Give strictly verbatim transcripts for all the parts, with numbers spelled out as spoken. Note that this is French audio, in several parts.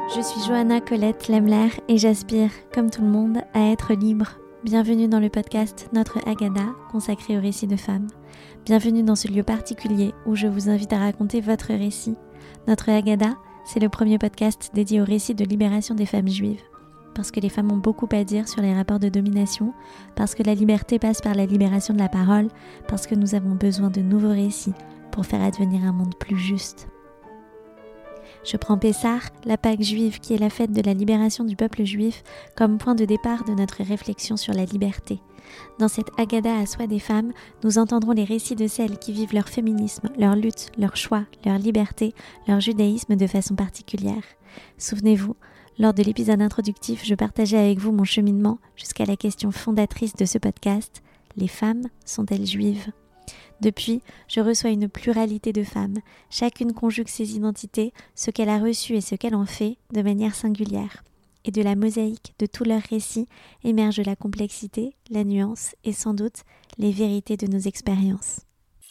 Je suis Johanna Colette Lemler et j'aspire, comme tout le monde, à être libre. Bienvenue dans le podcast Notre Haggadah, consacré aux récits de femmes. Bienvenue dans ce lieu particulier où je vous invite à raconter votre récit. Notre Haggadah, c'est le premier podcast dédié aux récits de libération des femmes juives. Parce que les femmes ont beaucoup à dire sur les rapports de domination, parce que la liberté passe par la libération de la parole, parce que nous avons besoin de nouveaux récits pour faire advenir un monde plus juste. Je prends Pessah, la Pâque juive qui est la fête de la libération du peuple juif, comme point de départ de notre réflexion sur la liberté. Dans cette Haggadah à soi des femmes, nous entendrons les récits de celles qui vivent leur féminisme, leur lutte, leur choix, leur liberté, leur judaïsme de façon particulière. Souvenez-vous, lors de l'épisode introductif, je partageais avec vous mon cheminement jusqu'à la question fondatrice de ce podcast, les femmes sont-elles juives ? Depuis, je reçois une pluralité de femmes. Chacune conjugue ses identités, ce qu'elle a reçu et ce qu'elle en fait, de manière singulière. Et de la mosaïque de tous leurs récits émerge la complexité, la nuance et sans doute les vérités de nos expériences.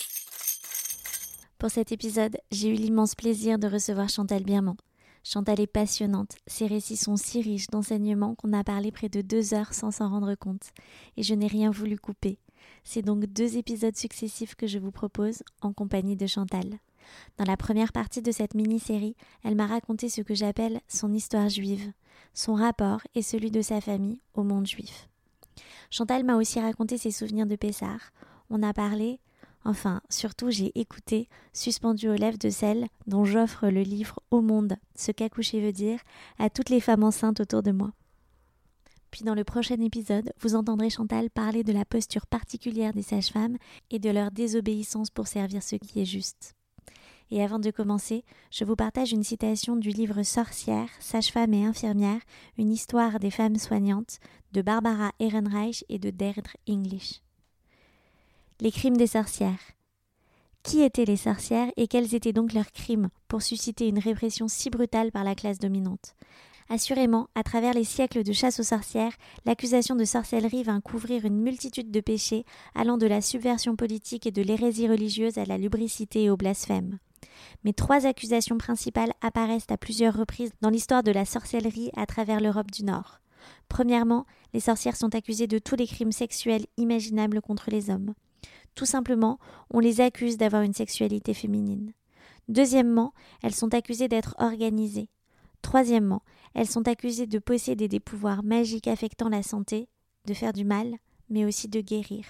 Pour cet épisode, j'ai eu l'immense plaisir de recevoir Chantal Birman. Chantal est passionnante, ses récits sont si riches d'enseignements qu'on a parlé près de deux heures sans s'en rendre compte. Et je n'ai rien voulu couper. C'est donc deux épisodes successifs que je vous propose en compagnie de Chantal. Dans la première partie de cette mini-série, elle m'a raconté ce que j'appelle son histoire juive, son rapport et celui de sa famille au monde juif. Chantal m'a aussi raconté ses souvenirs de Pessah. On a parlé, enfin surtout j'ai écouté, suspendu aux lèvres de celle dont j'offre le livre Au monde, ce qu'accoucher veut dire, à toutes les femmes enceintes autour de moi. Puis dans le prochain épisode, vous entendrez Chantal parler de la posture particulière des sages-femmes et de leur désobéissance pour servir ce qui est juste. Et avant de commencer, je vous partage une citation du livre Sorcières, sages-femmes et infirmières, une histoire des femmes soignantes de Barbara Ehrenreich et de Deirdre English. Les crimes des sorcières. Qui étaient les sorcières et quels étaient donc leurs crimes pour susciter une répression si brutale par la classe dominante ? Assurément, à travers les siècles de chasse aux sorcières, l'accusation de sorcellerie vint couvrir une multitude de péchés allant de la subversion politique et de l'hérésie religieuse à la lubricité et au blasphème. Mais trois accusations principales apparaissent à plusieurs reprises dans l'histoire de la sorcellerie à travers l'Europe du Nord. Premièrement, les sorcières sont accusées de tous les crimes sexuels imaginables contre les hommes. Tout simplement, on les accuse d'avoir une sexualité féminine. Deuxièmement, elles sont accusées d'être organisées. Troisièmement, elles sont accusées de posséder des pouvoirs magiques affectant la santé, de faire du mal, mais aussi de guérir.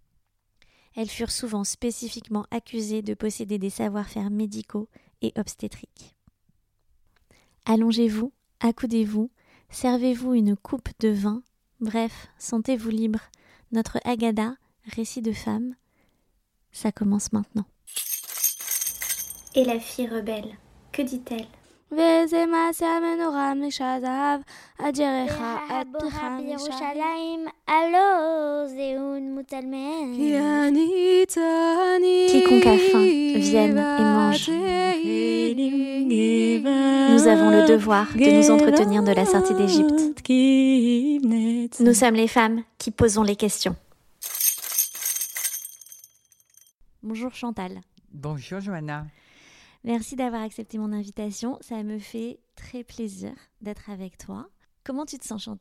Elles furent souvent spécifiquement accusées de posséder des savoir-faire médicaux et obstétriques. Allongez-vous, accoudez-vous, servez-vous une coupe de vin, bref, sentez-vous libre. Notre Haggadah, récit de femmes, ça commence maintenant. Et la fille rebelle, que dit-elle ? וזה מעשה המנורה משזהב, אג'רך עבדך בירושלים, הלא זהון מוצלמן. Quiconque a faim, vienne et mange. Nous avons le devoir de nous entretenir de la sortie d'Égypte. Nous sommes les femmes qui posons les questions. Bonjour Chantal. Bonjour Johanna. Merci d'avoir accepté mon invitation, ça me fait très plaisir d'être avec toi. Comment tu te sens Chantal ?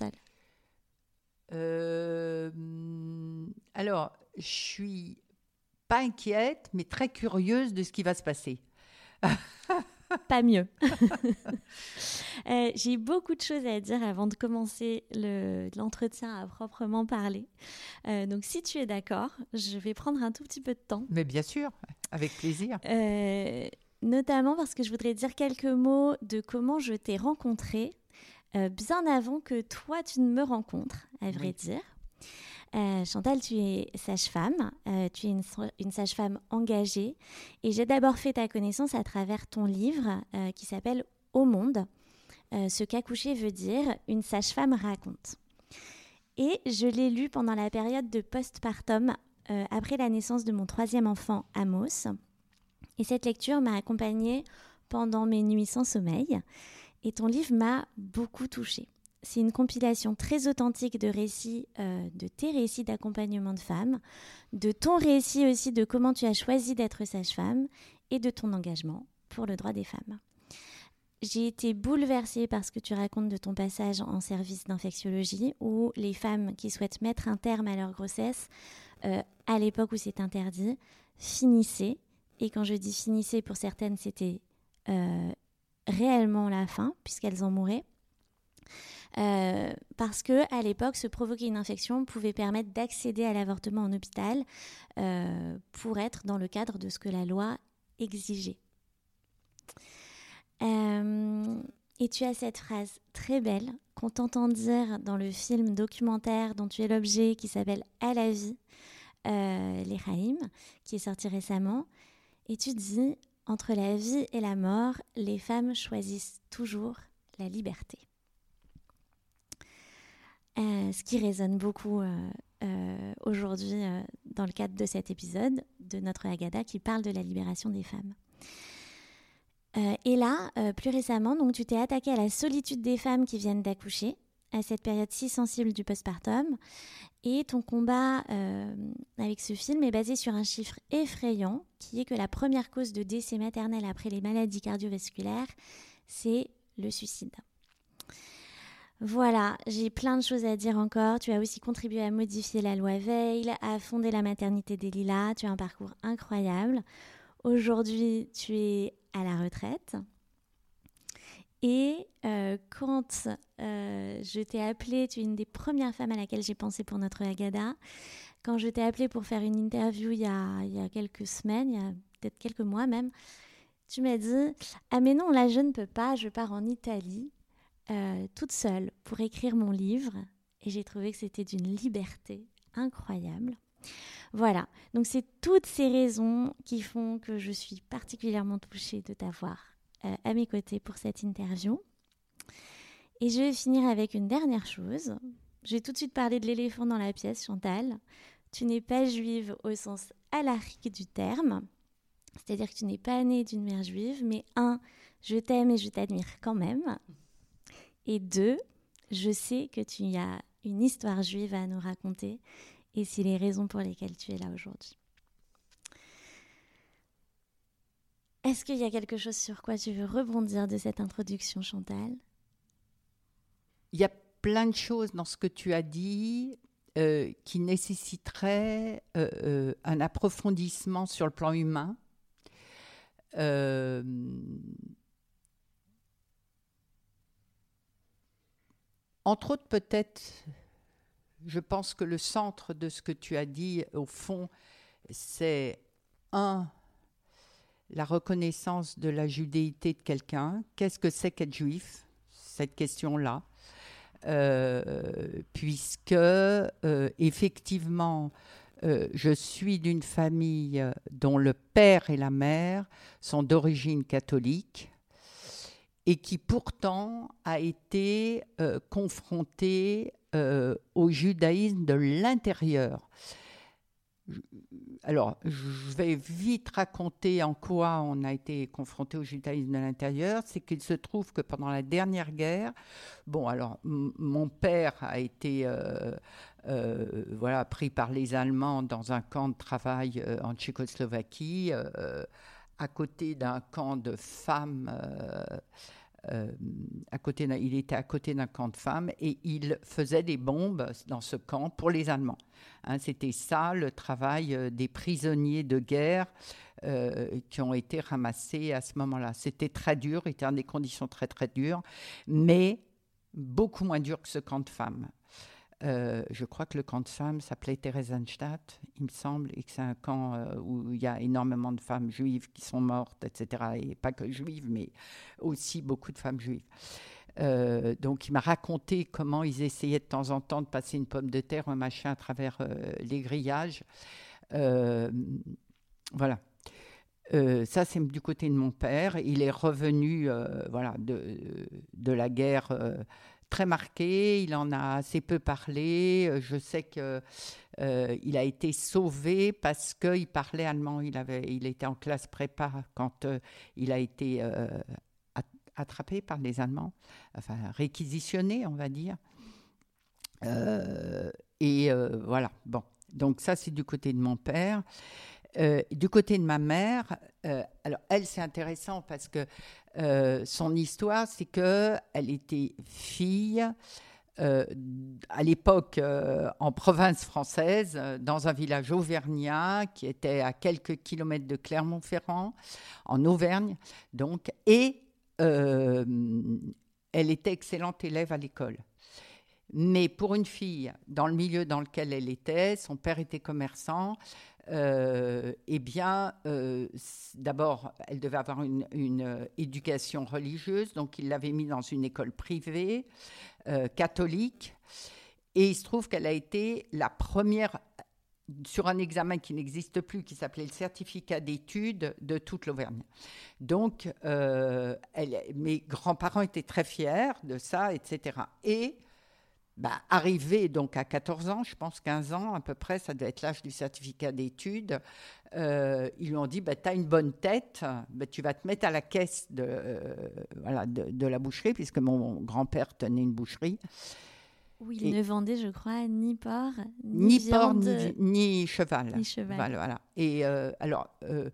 euh, Alors, je suis pas inquiète, mais très curieuse de ce qui va se passer. Pas mieux. euh, j'ai beaucoup de choses à dire avant de commencer le, l'entretien à proprement parler. Euh, donc si tu es d'accord, je vais prendre un tout petit peu de temps. Mais bien sûr, avec plaisir. Euh, notamment parce que je voudrais dire quelques mots de comment je t'ai rencontrée, euh, bien avant que toi tu ne me rencontres, à vrai oui. dire. Euh, Chantal, tu es sage-femme, euh, tu es une, une sage-femme engagée et j'ai d'abord fait ta connaissance à travers ton livre euh, qui s'appelle « Au monde euh, », ce qu'accoucher veut dire, une sage-femme raconte. Et je l'ai lu pendant la période de postpartum, euh, après la naissance de mon troisième enfant, Amos. Et cette lecture m'a accompagnée pendant mes nuits sans sommeil et ton livre m'a beaucoup touchée. C'est une compilation très authentique de récits, euh, de tes récits d'accompagnement de femmes, de ton récit aussi de comment tu as choisi d'être sage-femme et de ton engagement pour le droit des femmes. j'ai été bouleversée par ce que tu racontes de ton passage en service d'infectiologie, où les femmes qui souhaitent mettre un terme à leur grossesse, euh, à l'époque où c'est interdit, finissaient. Et quand je dis finissaient, pour certaines, c'était euh, réellement la fin, puisqu'elles en mouraient. Euh, parce qu'à l'époque, se provoquer une infection pouvait permettre d'accéder à l'avortement en hôpital euh, pour être dans le cadre de ce que la loi exigeait. Euh, et tu as cette phrase très belle qu'on t'entend dire dans le film documentaire dont tu es l'objet qui s'appelle « À la vie euh, », les Haïm, qui est sorti récemment. Et tu dis « Entre la vie et la mort, les femmes choisissent toujours la liberté ». Euh, ce qui résonne beaucoup euh, euh, aujourd'hui euh, dans le cadre de cet épisode de notre Haggadah qui parle de la libération des femmes. Euh, et là, euh, plus récemment, donc, tu t'es attaquée à la solitude des femmes qui viennent d'accoucher, à cette période si sensible du postpartum. Et ton combat euh, avec ce film est basé sur un chiffre effrayant, qui est que la première cause de décès maternel après les maladies cardiovasculaires, c'est le suicide. Voilà, j'ai plein de choses à dire encore. Tu as aussi contribué à modifier la loi Veil, à fonder la maternité des Lilas. Tu as un parcours incroyable. Aujourd'hui, tu es à la retraite. Et euh, quand euh, je t'ai appelée, tu es une des premières femmes à laquelle j'ai pensé pour notre Haggadah. Quand je t'ai appelée pour faire une interview il y a, il y a quelques semaines, il y a peut-être quelques mois même, tu m'as dit « Ah mais non, là je ne peux pas, je pars en Italie. » Euh, toute seule pour écrire mon livre et j'ai trouvé que c'était d'une liberté incroyable. Voilà, donc c'est toutes ces raisons qui font que je suis particulièrement touchée de t'avoir euh, à mes côtés pour cette interview. Et je vais finir avec une dernière chose. Je vais tout de suite parler de l'éléphant dans la pièce, Chantal. Tu n'es pas juive au sens alarique du terme, c'est-à-dire que tu n'es pas née d'une mère juive, mais un, je t'aime et je t'admire quand même. Et deux, je sais que tu as une histoire juive à nous raconter et c'est les raisons pour lesquelles tu es là aujourd'hui. Est-ce qu'il y a quelque chose sur quoi tu veux rebondir de cette introduction, Chantal ? Il y a plein de choses dans ce que tu as dit euh, qui nécessiteraient euh, euh, un approfondissement sur le plan humain. Euh, Entre autres, peut-être, je pense que le centre de ce que tu as dit, au fond, c'est un, la reconnaissance de la judéité de quelqu'un. Qu'est-ce que c'est qu'être juif ? Cette question-là. Euh, puisque, euh, effectivement, euh, je suis d'une famille dont le père et la mère sont d'origine catholique, et qui pourtant a été euh, confronté euh, au judaïsme de l'intérieur. Alors, je vais vite raconter en quoi on a été confronté au judaïsme de l'intérieur. C'est qu'il se trouve que pendant la dernière guerre, bon, alors, m- mon père a été euh, euh, voilà, pris par les Allemands dans un camp de travail euh, en Tchécoslovaquie, euh, à côté d'un camp de femmes. Euh, euh, à côté d'un, il était à côté d'un camp de femmes et il faisait des bombes dans ce camp pour les Allemands. Hein, c'était ça le travail euh, des prisonniers de guerre euh, qui ont été ramassés à ce moment-là. C'était très dur, il était dans des conditions très très dures, mais beaucoup moins dur que ce camp de femmes. Euh, je crois que le camp de femmes s'appelait Theresienstadt, il me semble, et que c'est un camp euh, où il y a énormément de femmes juives qui sont mortes, et cetera. Et pas que juives, mais aussi beaucoup de femmes juives. Euh, donc, il m'a raconté comment ils essayaient de temps en temps de passer une pomme de terre ou un machin à travers euh, les grillages. Euh, voilà. Euh, ça, c'est du côté de mon père. Il est revenu euh, voilà, de, de la guerre euh, très marqué, il en a assez peu parlé. Je sais qu'il euh, a été sauvé parce qu'il parlait allemand. Il, avait, il était en classe prépa quand euh, il a été euh, attrapé par les Allemands, enfin réquisitionné, on va dire. Euh, et euh, voilà, bon. Donc ça, c'est du côté de mon père. Euh, du côté de ma mère, euh, alors elle, c'est intéressant parce que Euh, son histoire, c'est qu'elle était fille, euh, à l'époque euh, en province française, euh, dans un village auvergnat qui était à quelques kilomètres de Clermont-Ferrand, en Auvergne, donc, et euh, elle était excellente élève à l'école. Mais pour une fille, dans le milieu dans lequel elle était, son père était commerçant, euh, eh bien, euh, d'abord, elle devait avoir une, une euh, éducation religieuse, donc il l'avait mise dans une école privée, euh, catholique, et il se trouve qu'elle a été la première, sur un examen qui n'existe plus, qui s'appelait le certificat d'études de toute l'Auvergne. Donc, euh, elle, mes grands-parents étaient très fiers de ça, et cetera. Et Bah, arrivé donc à quatorze ans, je pense quinze ans à peu près, ça devait être l'âge du certificat d'études, euh, ils lui ont dit bah, « tu as une bonne tête, bah, tu vas te mettre à la caisse de, euh, voilà, de, de la boucherie », puisque mon grand-père tenait une boucherie. Où il Et ne vendait, je crois, ni porc, ni, ni viande, porc, ni, ni cheval. Ni cheval. Voilà, voilà. Et euh, alors... Euh,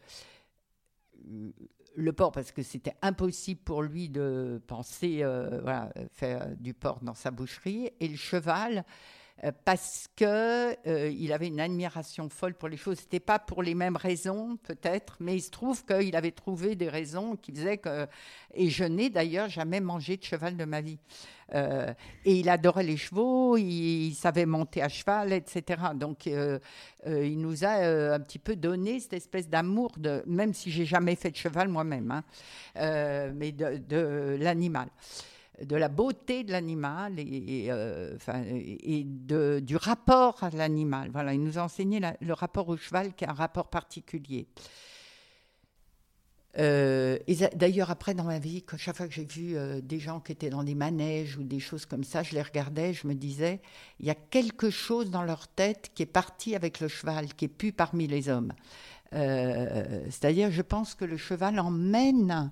le porc, parce que c'était impossible pour lui de penser euh, voilà, faire du porc dans sa boucherie, et le cheval, euh, parce qu'il euh, avait une admiration folle pour les choses. Ce n'était pas pour les mêmes raisons, peut-être, mais il se trouve qu'il avait trouvé des raisons qui faisaient que... Et je n'ai d'ailleurs jamais mangé de cheval de ma vie. Euh, et il adorait les chevaux, il, il savait monter à cheval, et cetera. Donc, euh, euh, il nous a euh, un petit peu donné cette espèce d'amour, de, même si j'ai jamais fait de cheval moi-même, hein, euh, mais de, de l'animal, de la beauté de l'animal et, et, euh, et de, du rapport à l'animal. Voilà, il nous a enseigné la, le rapport au cheval, qui est un rapport particulier. Euh, et d'ailleurs, après, dans ma vie, quand, chaque fois que j'ai vu euh, des gens qui étaient dans des manèges ou des choses comme ça, je les regardais, je me disais, il y a quelque chose dans leur tête qui est parti avec le cheval, qui est plus parmi les hommes. Euh, c'est-à-dire, je pense que le cheval emmène,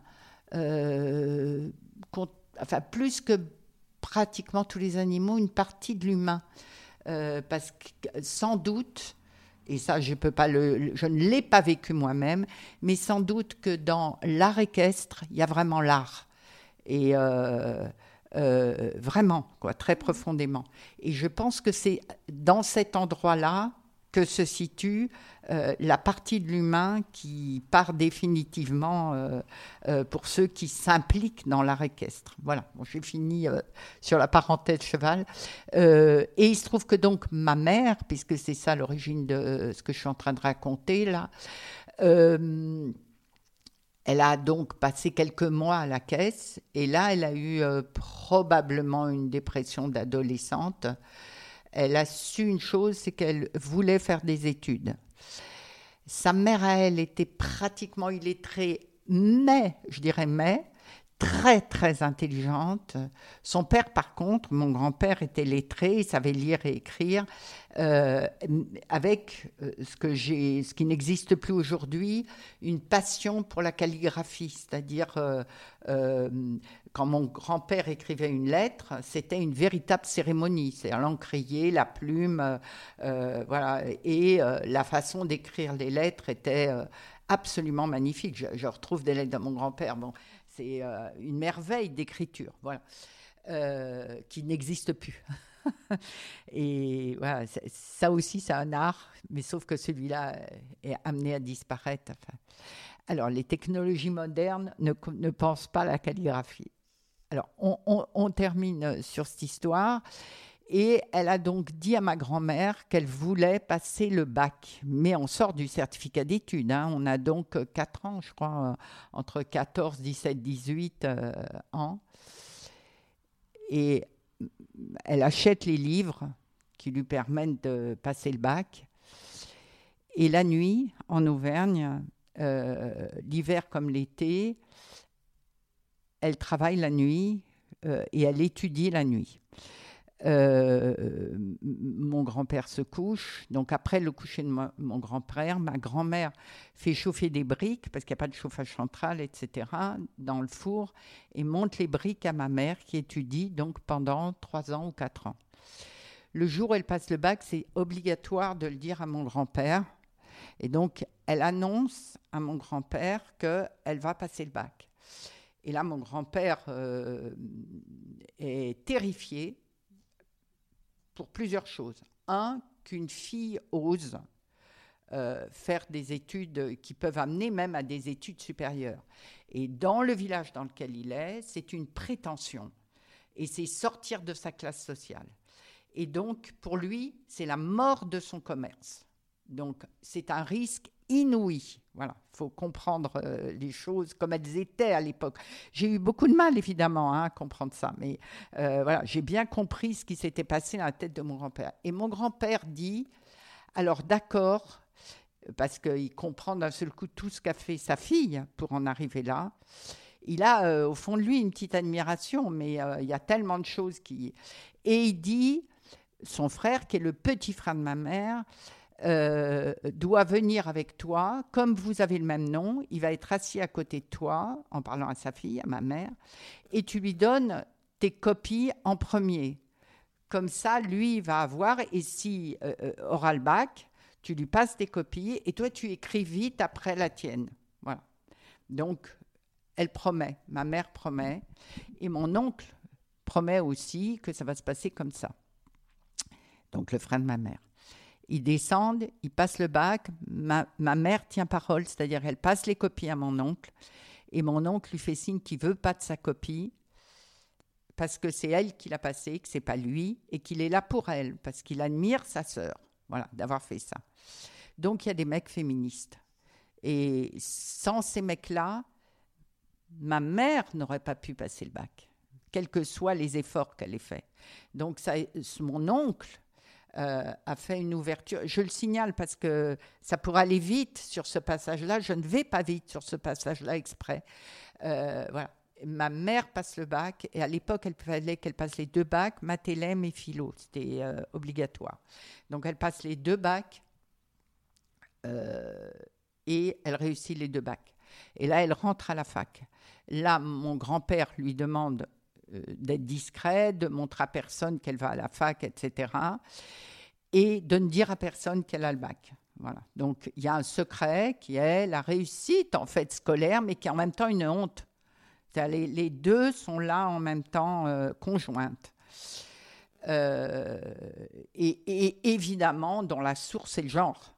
euh, enfin, plus que pratiquement tous les animaux, une partie de l'humain. Euh, parce que, sans doute... Et ça, je, peux pas le, je ne l'ai pas vécu moi-même, mais sans doute que dans l'art équestre, il y a vraiment l'art. Et euh, euh, vraiment, quoi, très profondément. Et je pense que c'est dans cet endroit-là que se situe euh, la partie de l'humain qui part définitivement euh, euh, pour ceux qui s'impliquent dans l'art équestre. Voilà, bon, j'ai fini euh, sur la parenthèse cheval. Euh, et il se trouve que donc ma mère, puisque c'est ça l'origine de ce que je suis en train de raconter là, euh, elle a donc passé quelques mois à la caisse, et là, elle a eu euh, probablement une dépression d'adolescente. Elle a su une chose, c'est qu'elle voulait faire des études. Sa mère, à elle, était pratiquement illettrée, mais, je dirais mais, très, très intelligente. Son père, par contre, mon grand-père, était lettré, il savait lire et écrire, euh, avec euh, ce, que j'ai, ce qui n'existe plus aujourd'hui, une passion pour la calligraphie, c'est-à-dire... Euh, euh, quand mon grand-père écrivait une lettre, c'était une véritable cérémonie. C'est l'encrier, la plume, euh, euh, voilà. Et euh, la façon d'écrire les lettres était euh, absolument magnifique. Je, je retrouve des lettres de mon grand-père. Bon, c'est euh, une merveille d'écriture, voilà, euh, qui n'existe plus. Et voilà, ça aussi, c'est un art, mais sauf que celui-là est amené à disparaître. Enfin, alors, les technologies modernes ne, ne pensent pas à la calligraphie. Alors, on, on, on termine sur cette histoire. Et elle a donc dit à ma grand-mère qu'elle voulait passer le bac. Mais on sort du certificat d'études. Hein. On a donc quatre ans, je crois, entre quatorze, dix-sept, dix-huit euh, ans. Et elle achète les livres qui lui permettent de passer le bac. Et la nuit, en Auvergne, euh, l'hiver comme l'été, elle travaille la nuit euh, et elle étudie la nuit. Euh, mon grand-père se couche. Donc après le coucher de ma, mon grand-père, ma grand-mère fait chauffer des briques, parce qu'il n'y a pas de chauffage central, et cetera, dans le four, et monte les briques à ma mère qui étudie donc pendant trois ans ou quatre ans. Le jour où elle passe le bac, c'est obligatoire de le dire à mon grand-père. Et donc, elle annonce à mon grand-père qu'elle va passer le bac. Et là, mon grand-père euh, est terrifié pour plusieurs choses. Un, qu'une fille ose euh, faire des études qui peuvent amener même à des études supérieures. Et dans le village dans lequel il est, c'est une prétention. Et c'est sortir de sa classe sociale. Et donc, pour lui, c'est la mort de son commerce. Donc, c'est un risque inouï. Voilà, il faut comprendre euh, les choses comme elles étaient à l'époque. J'ai eu beaucoup de mal, évidemment, hein, à comprendre ça. Mais euh, voilà, j'ai bien compris ce qui s'était passé dans la tête de mon grand-père. Et mon grand-père dit, alors d'accord, parce qu'il comprend d'un seul coup tout ce qu'a fait sa fille pour en arriver là. Il a euh, au fond de lui une petite admiration, mais euh, il y a tellement de choses qui... Et il dit, son frère, qui est le petit frère de ma mère, euh, doit venir avec toi, comme vous avez le même nom, il va être assis à côté de toi, en parlant à sa fille, à ma mère, et tu lui donnes tes copies en premier. Comme ça, lui, il va avoir, et si euh, aura le bac, tu lui passes tes copies, et toi, tu écris vite après la tienne. Voilà. Donc... Elle promet, ma mère promet, et mon oncle promet aussi que ça va se passer comme ça. Donc le frère de ma mère. Ils descendent, ils passent le bac, ma, ma mère tient parole, c'est-à-dire elle passe les copies à mon oncle, et mon oncle lui fait signe qu'il ne veut pas de sa copie, parce que c'est elle qui l'a passée, que ce n'est pas lui, et qu'il est là pour elle, parce qu'il admire sa sœur, voilà, d'avoir fait ça. Donc il y a des mecs féministes. Et sans ces mecs-là, ma mère n'aurait pas pu passer le bac, quels que soient les efforts qu'elle ait faits. Donc, ça, mon oncle euh, a fait une ouverture. Je le signale parce que ça pourrait aller vite sur ce passage-là. Je ne vais pas vite sur ce passage-là exprès. Euh, voilà. Ma mère passe le bac, et à l'époque, il fallait qu'elle passe les deux bacs, maths L M et philo. C'était euh, obligatoire. Donc, elle passe les deux bacs euh, et elle réussit les deux bacs. Et là, elle rentre à la fac. Là, mon grand-père lui demande euh, d'être discret, de montrer à personne qu'elle va à la fac, et cetera. Et de ne dire à personne qu'elle a le bac. Voilà. Donc, il y a un secret qui est la réussite, en fait, scolaire, mais qui est en même temps une honte. Les, les deux sont là en même temps, euh, conjointes. Euh, et, et évidemment, dans la source, c'est le genre.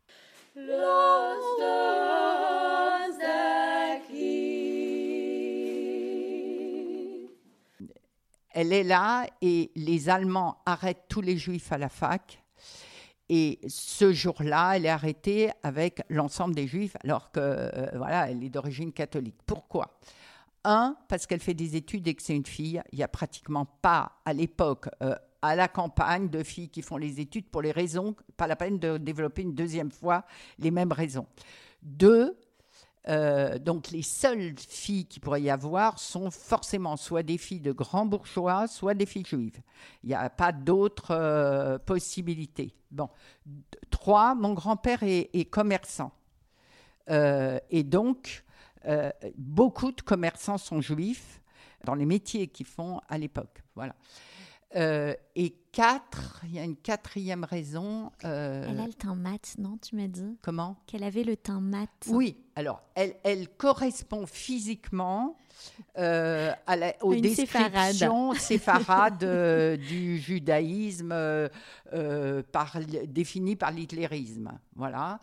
Elle est là et les Allemands arrêtent tous les Juifs à la fac. Et ce jour-là, elle est arrêtée avec l'ensemble des Juifs, alors que euh, voilà, elle est d'origine catholique. Pourquoi ? Un, parce qu'elle fait des études et que c'est une fille. Il n'y a pratiquement pas, à l'époque, euh, à la campagne, de filles qui font les études pour les raisons, pas la peine de développer une deuxième fois les mêmes raisons. Deux, Euh, donc les seules filles qu'il pourrait y avoir sont forcément soit des filles de grands bourgeois, soit des filles juives. Il n'y a pas d'autres euh, possibilités. Bon. Trois, mon grand-père est, est commerçant. Euh, et donc, euh, beaucoup de commerçants sont juifs dans les métiers qu'ils font à l'époque. Voilà. Euh, et quatre, il y a une quatrième raison. Euh, elle a le teint mat, non, tu m'as dit ? Comment ? Qu'elle avait le teint mat. Oui, alors, elle, elle correspond physiquement euh, à la, aux une descriptions séfarades euh, du judaïsme euh, euh, par, définies par l'hitlérisme. Voilà.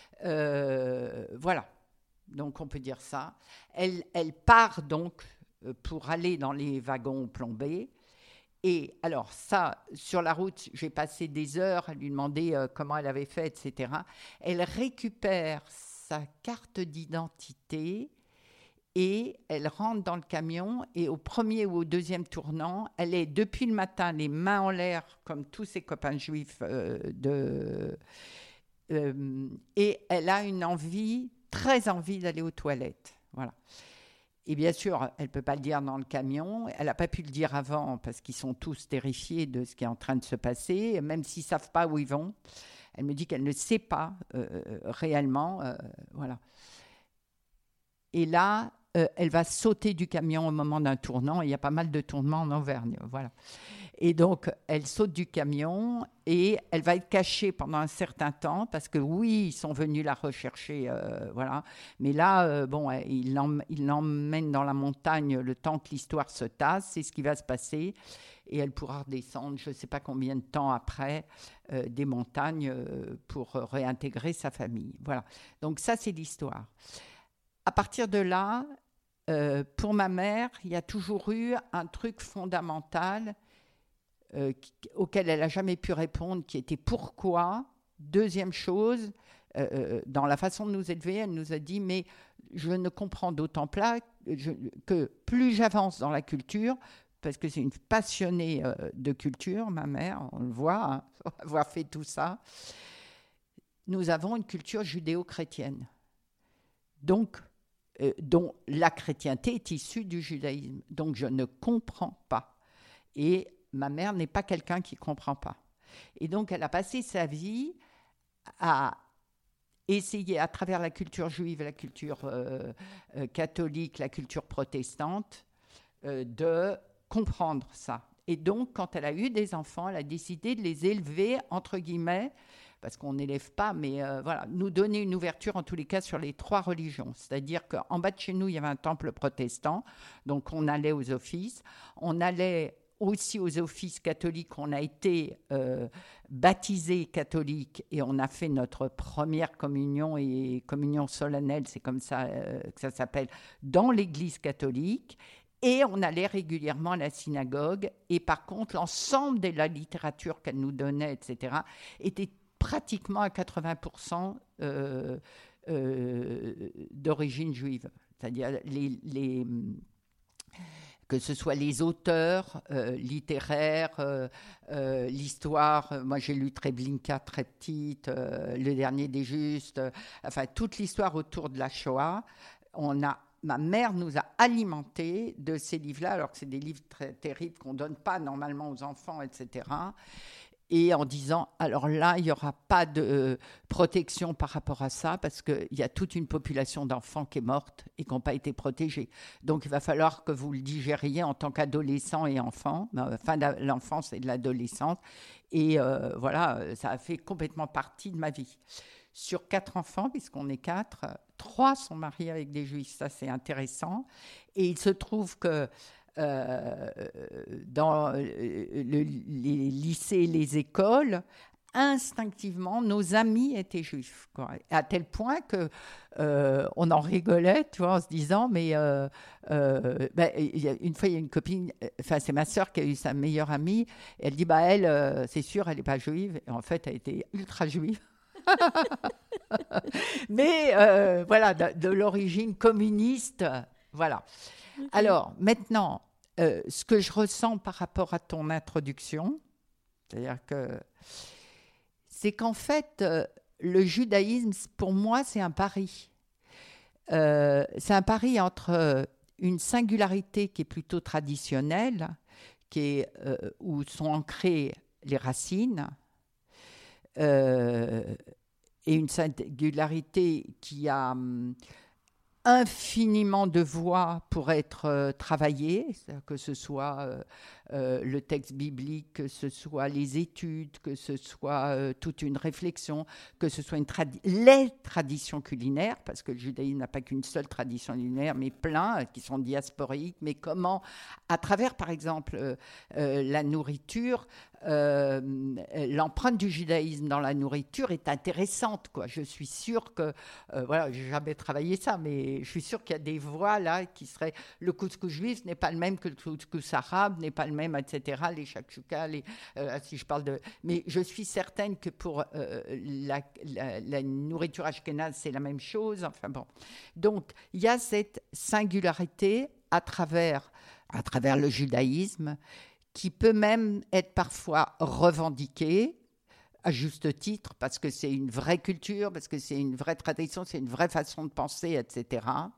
Euh, voilà. Donc, on peut dire ça. Elle, elle part donc pour aller dans les wagons plombés. Et alors ça, sur la route, j'ai passé des heures à lui demander euh, comment elle avait fait, et cetera. Elle récupère sa carte d'identité et elle rentre dans le camion. Et au premier ou au deuxième tournant, elle est depuis le matin les mains en l'air, comme tous ses copains juifs. Euh, de, euh, et elle a une envie, très envie d'aller aux toilettes. Voilà. Et bien sûr, elle ne peut pas le dire dans le camion. Elle n'a pas pu le dire avant parce qu'ils sont tous terrifiés de ce qui est en train de se passer, même s'ils ne savent pas où ils vont. Elle me dit qu'elle ne sait pas euh, réellement. Euh, voilà. Et là, euh, elle va sauter du camion au moment d'un tournant. Il y a pas mal de tournements en Auvergne, voilà. Et donc, elle saute du camion et elle va être cachée pendant un certain temps parce que oui, ils sont venus la rechercher, euh, voilà. Mais là, euh, bon, ils l'emmènent dans la montagne le temps que l'histoire se tasse. C'est ce qui va se passer. Et elle pourra redescendre, je ne sais pas combien de temps après, euh, des montagnes euh, pour réintégrer sa famille. Voilà. Donc ça, c'est l'histoire. À partir de là, euh, pour ma mère, il y a toujours eu un truc fondamental euh, qui, auquel elle n'a jamais pu répondre, qui était pourquoi. Deuxième chose, euh, dans la façon de nous élever, elle nous a dit, mais je ne comprends d'autant pas je, que plus j'avance dans la culture, parce que c'est une passionnée euh, de culture, ma mère, on le voit, hein, avoir fait tout ça, nous avons une culture judéo-chrétienne. Donc, euh, dont la chrétienté est issue du judaïsme. Donc, je ne comprends pas. Et ma mère n'est pas quelqu'un qui ne comprend pas. Et donc, elle a passé sa vie à essayer, à travers la culture juive, la culture euh, euh, catholique, la culture protestante, euh, de comprendre ça. Et donc, quand elle a eu des enfants, elle a décidé de les élever, entre guillemets, parce qu'on n'élève pas, mais euh, voilà, nous donner une ouverture, en tous les cas, sur les trois religions. C'est-à-dire qu'en bas de chez nous, il y avait un temple protestant, donc on allait aux offices. On allait aussi aux offices catholiques. On a été euh, baptisés catholiques et on a fait notre première communion et communion solennelle, c'est comme ça euh, que ça s'appelle, dans l'église catholique. Et on allait régulièrement à la synagogue. Et par contre, l'ensemble de la littérature qu'elle nous donnait, et cetera, était pratiquement à quatre-vingts pour cent euh, euh, d'origine juive. C'est-à-dire les, les, que ce soit les auteurs euh, littéraires, euh, euh, l'histoire. Moi, j'ai lu Treblinka très petite, euh, Le Dernier des Justes, euh, enfin, toute l'histoire autour de la Shoah. On a Ma mère nous a alimentés de ces livres-là, alors que c'est des livres très terribles qu'on ne donne pas normalement aux enfants, et cetera. Et en disant, alors là, il n'y aura pas de euh, protection par rapport à ça, parce qu'il y a toute une population d'enfants qui est morte et qui n'ont pas été protégés. Donc, il va falloir que vous le digériez en tant qu'adolescent et enfant, fin de l'enfance et de l'adolescence. Et euh, voilà, ça a fait complètement partie de ma vie. Sur quatre enfants, puisqu'on est quatre, trois sont mariés avec des juifs, ça c'est intéressant. Et il se trouve que euh, dans le, les lycées et les écoles, instinctivement, nos amis étaient juifs, quoi. À tel point qu'on euh, en rigolait, tu vois, en se disant, mais euh, euh, ben, y a, une fois, il y a une copine, enfin, c'est ma sœur qui a eu sa meilleure amie, et elle dit, bah, elle, euh, c'est sûr, elle n'est pas juive. Et en fait, elle était ultra juive. Mais euh, voilà, de, de l'origine communiste, voilà. Okay. Alors maintenant, euh, ce que je ressens par rapport à ton introduction, c'est-à-dire que c'est qu'en fait, euh, le judaïsme, pour moi, c'est un pari. Euh, c'est un pari entre une singularité qui est plutôt traditionnelle, qui est, euh, où sont ancrées les racines, Euh, et une singularité qui a hum, infiniment de voies pour être euh, travaillée, que ce soit euh, euh, le texte biblique, que ce soit les études, que ce soit euh, toute une réflexion, que ce soit une tradi- les traditions culinaires, parce que le judaïsme n'a pas qu'une seule tradition culinaire, mais plein qui sont diasporiques, mais comment, à travers par exemple euh, euh, la nourriture, Euh, l'empreinte du judaïsme dans la nourriture est intéressante, quoi. Je suis sûre que, euh, voilà, j'ai jamais travaillé ça, mais je suis sûre qu'il y a des voies là qui seraient, le couscous juif n'est pas le même que le couscous arabe, n'est pas le même, et cetera. Les shakshuka, les, euh, si je parle de, mais je suis certaine que pour euh, la, la, la nourriture ashkénaze, c'est la même chose. Enfin bon, donc il y a cette singularité à travers, à travers le judaïsme, qui peut même être parfois revendiquée, à juste titre, parce que c'est une vraie culture, parce que c'est une vraie tradition, c'est une vraie façon de penser, et cetera.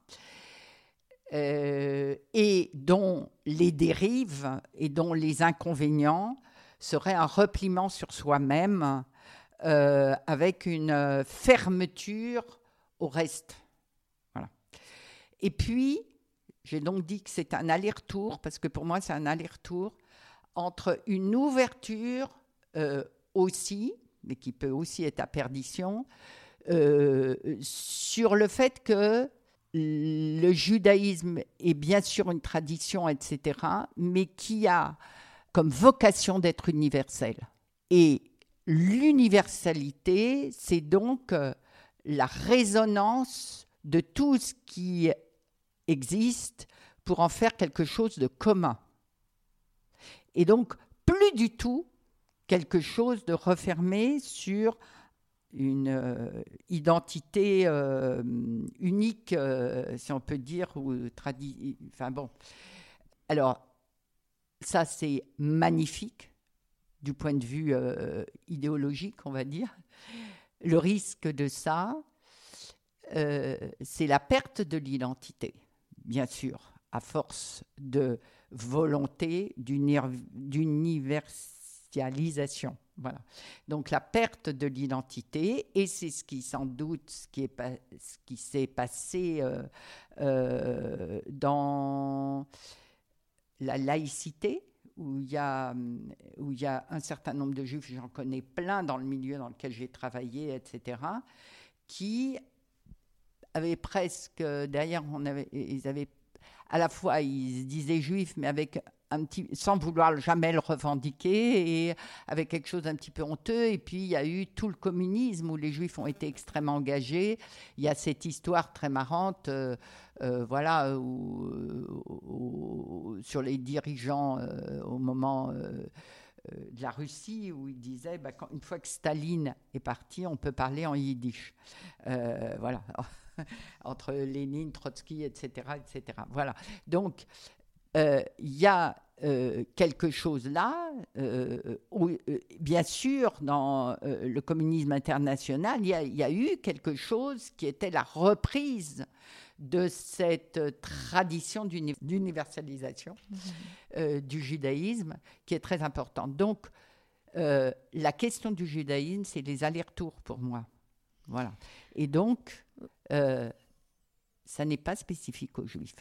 Euh, et dont les dérives et dont les inconvénients seraient un repliement sur soi-même euh, avec une fermeture au reste. Voilà. Et puis, J'ai donc dit que c'est un aller-retour, parce que pour moi, c'est un aller-retour entre une ouverture euh, aussi, mais qui peut aussi être à perdition, euh, sur le fait que le judaïsme est bien sûr une tradition, et cetera, mais qui a comme vocation d'être universel. Et l'universalité, c'est donc euh, la résonance de tout ce qui existe pour en faire quelque chose de commun. Et donc, plus du tout quelque chose de refermé sur une euh, identité euh, unique, euh, si on peut dire, ou tradi- enfin bon. Alors, ça, c'est magnifique du point de vue euh, idéologique, on va dire. Le risque de ça, euh, c'est la perte de l'identité, bien sûr, à force de volonté d'universalisation. Voilà. Donc la perte de l'identité, et c'est ce qui sans doute ce qui, est pas, ce qui s'est passé euh, euh, dans la laïcité, où il y a, où il y a un certain nombre de juifs, j'en connais plein dans le milieu dans lequel j'ai travaillé, et cetera, qui avaient presque, derrière, on avait, ils avaient à la fois, ils se disaient juifs, mais avec un petit, sans vouloir jamais le revendiquer, et avec quelque chose d'un petit peu honteux. Et puis, il y a eu tout le communisme où les juifs ont été extrêmement engagés. Il y a cette histoire très marrante, euh, euh, voilà, où, où, sur les dirigeants euh, au moment euh, de la Russie, où ils disaient, bah, quand, une fois que Staline est parti, on peut parler en yiddish. Euh, voilà. Entre Lénine, Trotsky, et cetera, et cetera. Voilà. Donc, il euh, y a euh, quelque chose là, euh, où, euh, bien sûr, dans euh, le communisme international, il y, y a eu quelque chose qui était la reprise de cette tradition d'uni- d'universalisation mmh. euh, du judaïsme, qui est très importante. Donc, euh, la question du judaïsme, c'est les allers-retours pour moi. Voilà. Et donc, Euh, ça n'est pas spécifique aux Juifs.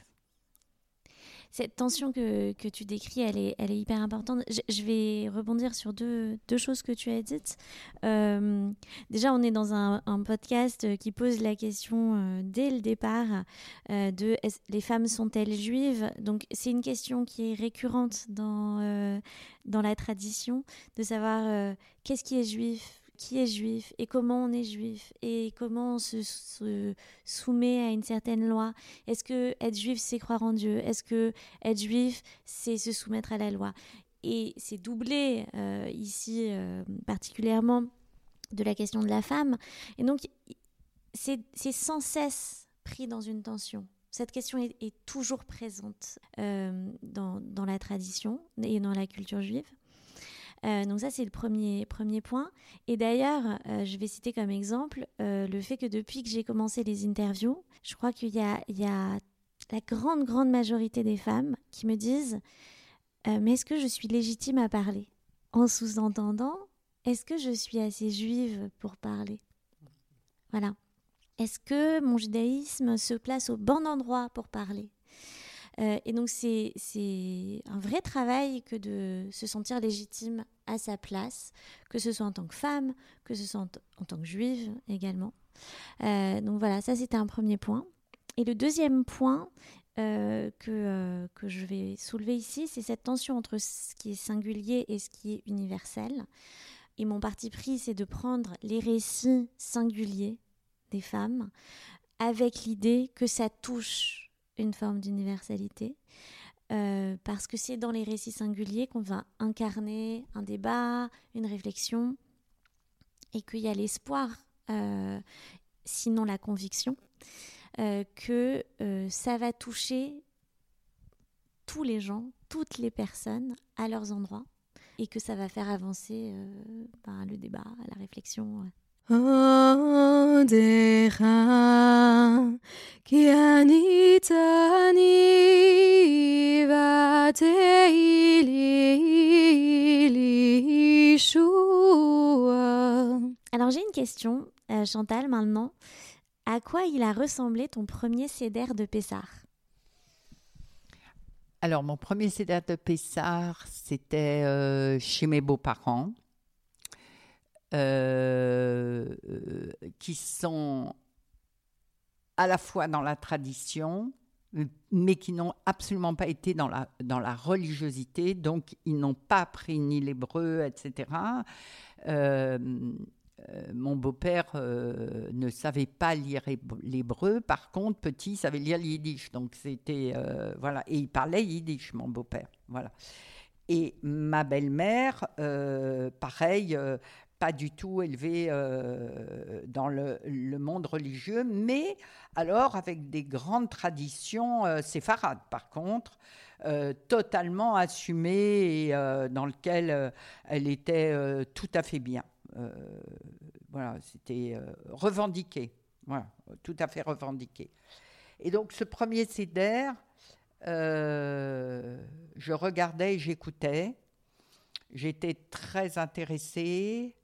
Cette tension que, que tu décris, elle est, elle est hyper importante. Je, je vais rebondir sur deux, deux choses que tu as dites. Euh, déjà, on est dans un, un podcast qui pose la question euh, dès le départ euh, de les femmes sont-elles juives ? Donc, c'est une question qui est récurrente dans, euh, dans la tradition, de savoir euh, qu'est-ce qui est juif ? Qui est juif et comment on est juif et comment on se, se soumet à une certaine loi. Est-ce que être juif, c'est croire en Dieu ? Est-ce que être juif, c'est se soumettre à la loi ? Et c'est doublé euh, ici euh, particulièrement de la question de la femme. Et donc, c'est, c'est sans cesse pris dans une tension. Cette question est, est toujours présente euh, dans, dans la tradition et dans la culture juive. Euh, donc ça, c'est le premier, premier point. Et d'ailleurs, euh, je vais citer comme exemple euh, le fait que depuis que j'ai commencé les interviews, je crois qu'il y a, il y a la grande, grande majorité des femmes qui me disent euh, « Mais est-ce que je suis légitime à parler ?» En sous-entendant, est-ce que je suis assez juive pour parler ? Voilà. Est-ce que mon judaïsme se place au bon endroit pour parler ? Euh, et donc, c'est, c'est un vrai travail que de se sentir légitime à sa place, que ce soit en tant que femme, que ce soit en, t- en tant que juive également. Euh, donc voilà, ça c'était un premier point. Et le deuxième point euh, que, euh, que je vais soulever ici, c'est cette tension entre ce qui est singulier et ce qui est universel. Et mon parti pris, c'est de prendre les récits singuliers des femmes avec l'idée que ça touche une forme d'universalité, euh, parce que c'est dans les récits singuliers qu'on va incarner un débat, une réflexion, et qu'il y a l'espoir, euh, sinon la conviction, euh, que euh, ça va toucher tous les gens, toutes les personnes à leurs endroits, et que ça va faire avancer euh, ben, le débat, la réflexion. Ouais. עודך כי אני תעני ותהי לי ישועה. Alors j'ai une question, euh, Chantal, maintenant. À quoi il a ressemblé ton premier seder de Pessah ? Alors, mon premier Seder de Pessah, c'était euh, chez mes beaux-parents, euh, euh, qui sont à la fois dans la tradition, mais qui n'ont absolument pas été dans la, dans la religiosité, donc ils n'ont pas appris ni l'hébreu, et cetera. Euh, euh, mon beau-père euh, ne savait pas lire l'hébreu, par contre, petit, il savait lire le yiddish, donc c'était, euh, voilà, et il parlait yiddish, mon beau-père, voilà. Et ma belle-mère, euh, pareil, euh, pas du tout élevée euh, dans le, le monde religieux, mais alors avec des grandes traditions euh, séfarades, par contre, euh, totalement assumées et euh, dans lesquelles euh, elle était euh, tout à fait bien. Euh, voilà, c'était euh, revendiqué, voilà, tout à fait revendiqué. Et donc ce premier Seder, euh, je regardais et j'écoutais. J'étais très intéressée.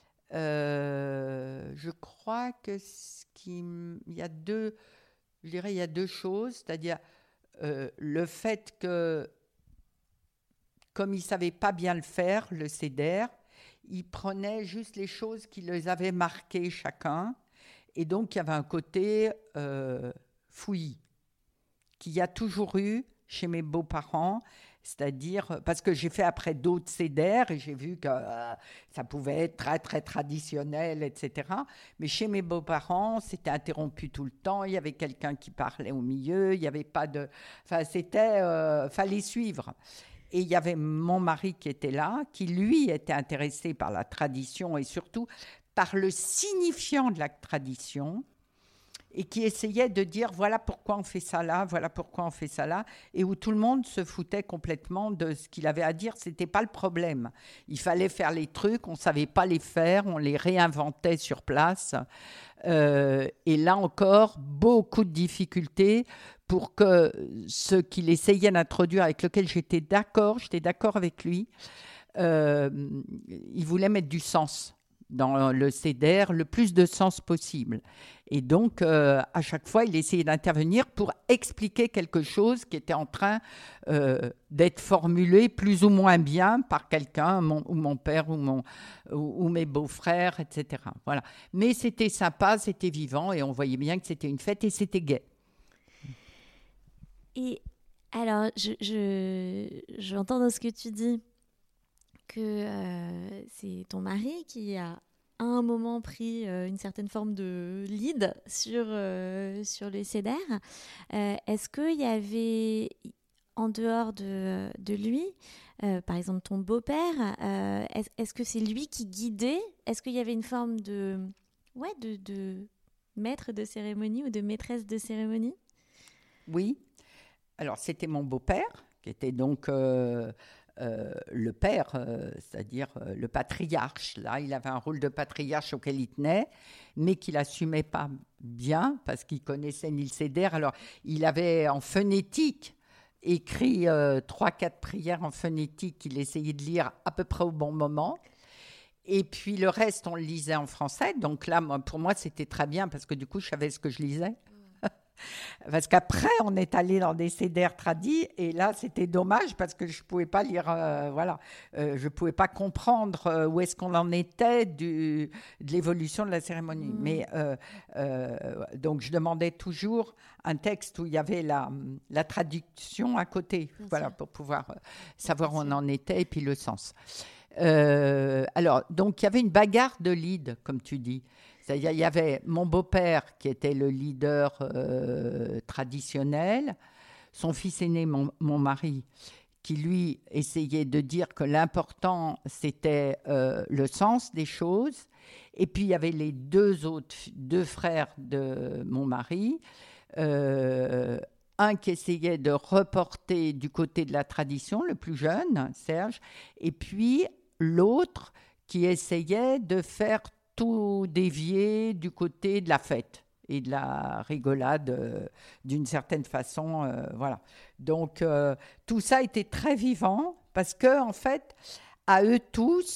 Euh, je crois que ce qui, il y a deux, je dirais, il y a deux choses, c'est-à-dire euh, le fait que, comme il savait pas bien le faire, le Seder, il prenait juste les choses qui les avaient marquées chacun, et donc il y avait un côté euh, fouillis qu'il y a toujours eu chez mes beaux-parents. C'est-à-dire, parce que j'ai fait après d'autres Seder et j'ai vu que euh, ça pouvait être très, très traditionnel, et cetera. Mais chez mes beaux-parents, c'était interrompu tout le temps. Il y avait quelqu'un qui parlait au milieu. Il n'y avait pas de... Enfin, c'était... Euh, fallait suivre. Et il y avait mon mari qui était là, qui, lui, était intéressé par la tradition et surtout par le signifiant de la tradition, et qui essayait de dire voilà pourquoi on fait ça là, voilà pourquoi on fait ça là, et où tout le monde se foutait complètement de ce qu'il avait à dire. C'était pas le problème. Il fallait faire les trucs, on savait pas les faire, on les réinventait sur place. Euh, et là encore, beaucoup de difficultés pour que ce qu'il essayait d'introduire, avec lequel j'étais d'accord, j'étais d'accord avec lui, euh, il voulait mettre du sens dans le Seder, le plus de sens possible. Et donc, euh, à chaque fois, il essayait d'intervenir pour expliquer quelque chose qui était en train euh, d'être formulé plus ou moins bien par quelqu'un, mon, ou mon père, ou, mon, ou, ou mes beaux-frères, et cetera. Voilà. Mais c'était sympa, c'était vivant, et on voyait bien que c'était une fête, et c'était gai. Et alors, je, je, j'entends dans ce que tu dis que euh, c'est ton mari qui a à un moment pris euh, une certaine forme de lead sur, euh, sur le Seder. Euh, est-ce qu'il y avait, en dehors de, de lui, euh, par exemple ton beau-père, euh, est, est-ce que c'est lui qui guidait ? Est-ce qu'il y avait une forme de, ouais, de, de maître de cérémonie ou de maîtresse de cérémonie ? Oui. Alors, c'était mon beau-père, qui était donc... Euh, Euh, le père, euh, c'est-à-dire euh, le patriarche. Là, il avait un rôle de patriarche auquel il tenait, mais qu'il n'assumait pas bien parce qu'il connaissait ni le Seder. Alors, il avait en phonétique écrit euh, trois, quatre prières en phonétique qu'il essayait de lire à peu près au bon moment. Et puis, le reste, on le lisait en français. Donc là, moi, pour moi, c'était très bien parce que du coup, je savais ce que je lisais. Parce qu'après, on est allé dans des Seder tradis et là, c'était dommage parce que je ne pouvais pas lire, euh, voilà, euh, je ne pouvais pas comprendre euh, où est-ce qu'on en était du, de l'évolution de la cérémonie. Mmh. Mais euh, euh, donc, je demandais toujours un texte où il y avait la, la traduction à côté, bien voilà, sûr. Pour pouvoir euh, savoir bien où on sûr. En était et puis le sens. Euh, alors, donc, il y avait une bagarre de lead, comme tu dis. C'est-à-dire, il y avait mon beau-père qui était le leader euh, traditionnel, son fils aîné, mon, mon mari, qui lui essayait de dire que l'important, c'était euh, le sens des choses. Et puis, il y avait les deux autres, deux frères de mon mari, euh, un qui essayait de reporter du côté de la tradition, le plus jeune, Serge, et puis l'autre qui essayait de faire tout dévier du côté de la fête et de la rigolade euh, d'une certaine façon. Euh, voilà. Donc, euh, tout ça était très vivant parce que, en fait, à eux tous,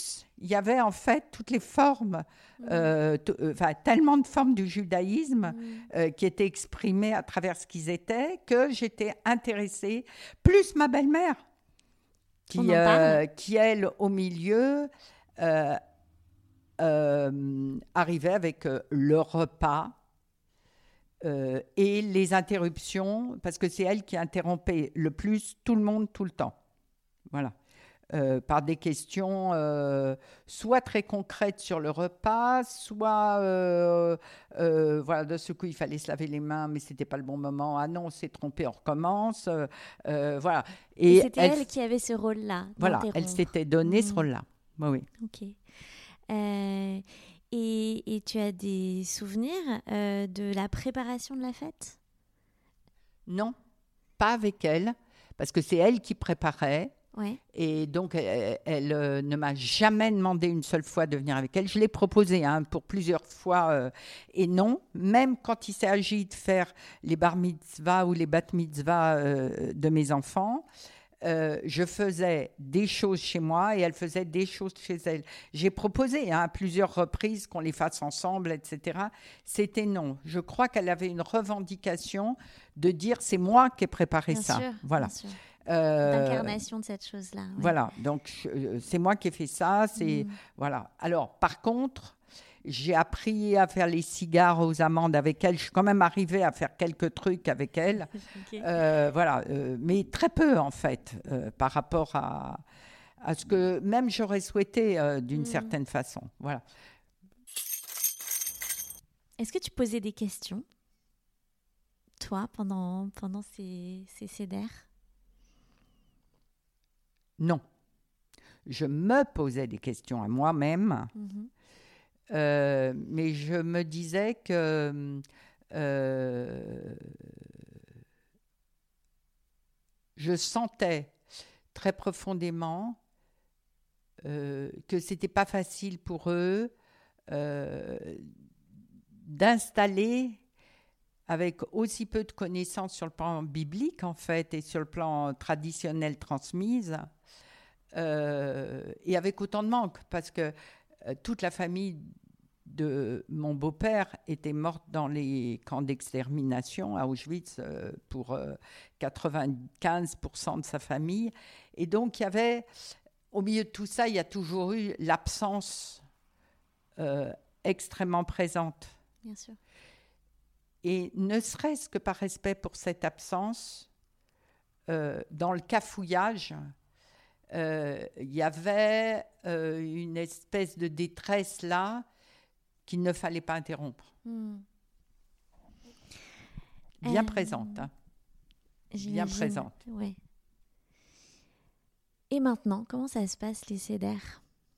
il y avait en fait toutes les formes, mmh. euh, t- euh, tellement de formes du judaïsme mmh. euh, qui étaient exprimées à travers ce qu'ils étaient, que j'étais intéressée, plus ma belle-mère, qui, euh, qui elle, au milieu, euh, euh, arrivait avec euh, le repas euh, et les interruptions, parce que c'est elle qui interrompait le plus tout le monde, tout le temps. Voilà. Euh, par des questions euh, soit très concrètes sur le repas, soit euh, euh, voilà, de ce coup il fallait se laver les mains, mais c'était pas le bon moment. Ah non, on s'est trompé, on recommence. Euh, euh, voilà. Et, et c'était elle, elle qui avait ce rôle-là. Voilà, elle s'était donné mmh. ce rôle-là. Oui, oui. Ok. Euh, et, et tu as des souvenirs euh, de la préparation de la fête ? Non, pas avec elle, parce que c'est elle qui préparait. Ouais. Et donc, elle, elle euh, ne m'a jamais demandé une seule fois de venir avec elle. Je l'ai proposé hein, pour plusieurs fois. Euh, et non, même quand il s'agit de faire les bar mitzvahs ou les bat mitzvahs euh, de mes enfants, euh, je faisais des choses chez moi et elle faisait des choses chez elle. J'ai proposé hein, à plusieurs reprises qu'on les fasse ensemble, et cetera. C'était non. Je crois qu'elle avait une revendication de dire c'est moi qui ai préparé bien ça. Sûr, voilà. Bien sûr. Euh, D'incarnation de cette chose-là. Ouais. Voilà, donc je, c'est moi qui ai fait ça. C'est, mmh. voilà. Alors, par contre, j'ai appris à faire les cigares aux amandes avec elle. Je suis quand même arrivée à faire quelques trucs avec elle. okay. euh, voilà, euh, mais très peu, en fait, euh, par rapport à, à ce que même j'aurais souhaité euh, d'une mmh. certaine façon. Voilà. Est-ce que tu posais des questions, toi, pendant, pendant ces, ces sédères ? Non. Je me posais des questions à moi-même, mmh. euh, mais je me disais que euh, je sentais très profondément euh, que ce n'était pas facile pour eux euh, d'installer avec aussi peu de connaissances sur le plan biblique, en fait, et sur le plan traditionnel transmise, Euh, et avec autant de manque, parce que euh, toute la famille de mon beau-père était morte dans les camps d'extermination à Auschwitz euh, pour euh, quatre-vingt-quinze pour cent de sa famille. Et donc, il y avait, au milieu de tout ça, il y a toujours eu l'absence euh, extrêmement présente. Bien sûr. Et ne serait-ce que par respect pour cette absence, euh, dans le cafouillage, il euh, y avait euh, une espèce de détresse là qu'il ne fallait pas interrompre. Mmh. Bien euh, présente. Hein. Bien présente. Ouais. Et maintenant, comment ça se passe, les sédères ?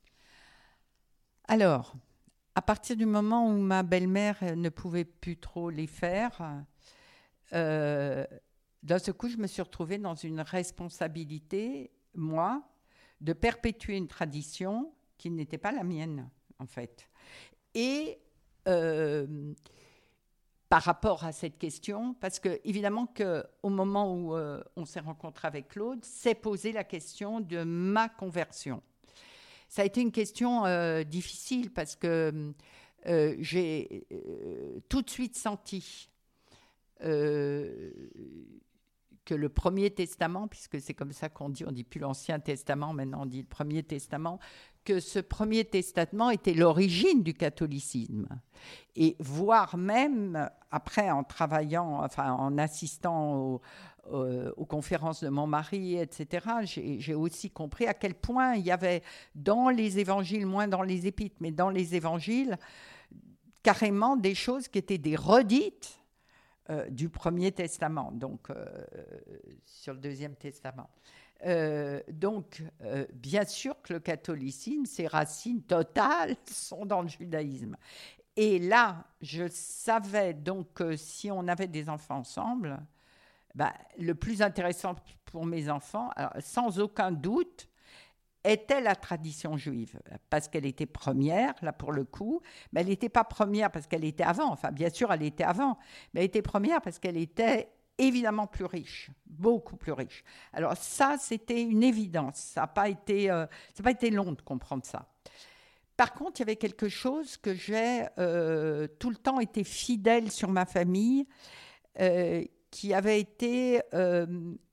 Alors, à partir du moment où ma belle-mère ne pouvait plus trop les faire, euh, d'un seul coup, je me suis retrouvée dans une responsabilité, moi, de perpétuer une tradition qui n'était pas la mienne, en fait. Et euh, par rapport à cette question, parce que évidemment qu'au moment où euh, on s'est rencontré avec Claude, s'est posée la question de ma conversion. Ça a été une question euh, difficile parce que euh, j'ai euh, tout de suite senti euh, que le Premier Testament, puisque c'est comme ça qu'on dit, on ne dit plus l'Ancien Testament, maintenant on dit le Premier Testament, que ce Premier Testament était l'origine du catholicisme. Et voire même, après, en travaillant, enfin en assistant au, au, aux conférences de mon mari, et cetera, j'ai, j'ai aussi compris à quel point il y avait dans les évangiles, moins dans les épîtres, mais dans les évangiles, carrément des choses qui étaient des redites Euh, du Premier Testament, donc euh, sur le Deuxième Testament. Euh, donc, euh, bien sûr que le catholicisme, ses racines totales sont dans le judaïsme. Et là, je savais donc que si on avait des enfants ensemble, bah, le plus intéressant pour mes enfants, alors, sans aucun doute, était la tradition juive, parce qu'elle était première, là pour le coup, mais elle n'était pas première parce qu'elle était avant, enfin bien sûr elle était avant, mais elle était première parce qu'elle était évidemment plus riche, beaucoup plus riche. Alors ça, c'était une évidence, ça n'a pas été, euh, ça n'a pas été long de comprendre ça. par contre, il y avait quelque chose que j'ai euh, tout le temps été fidèle sur ma famille, euh, qui avait été euh,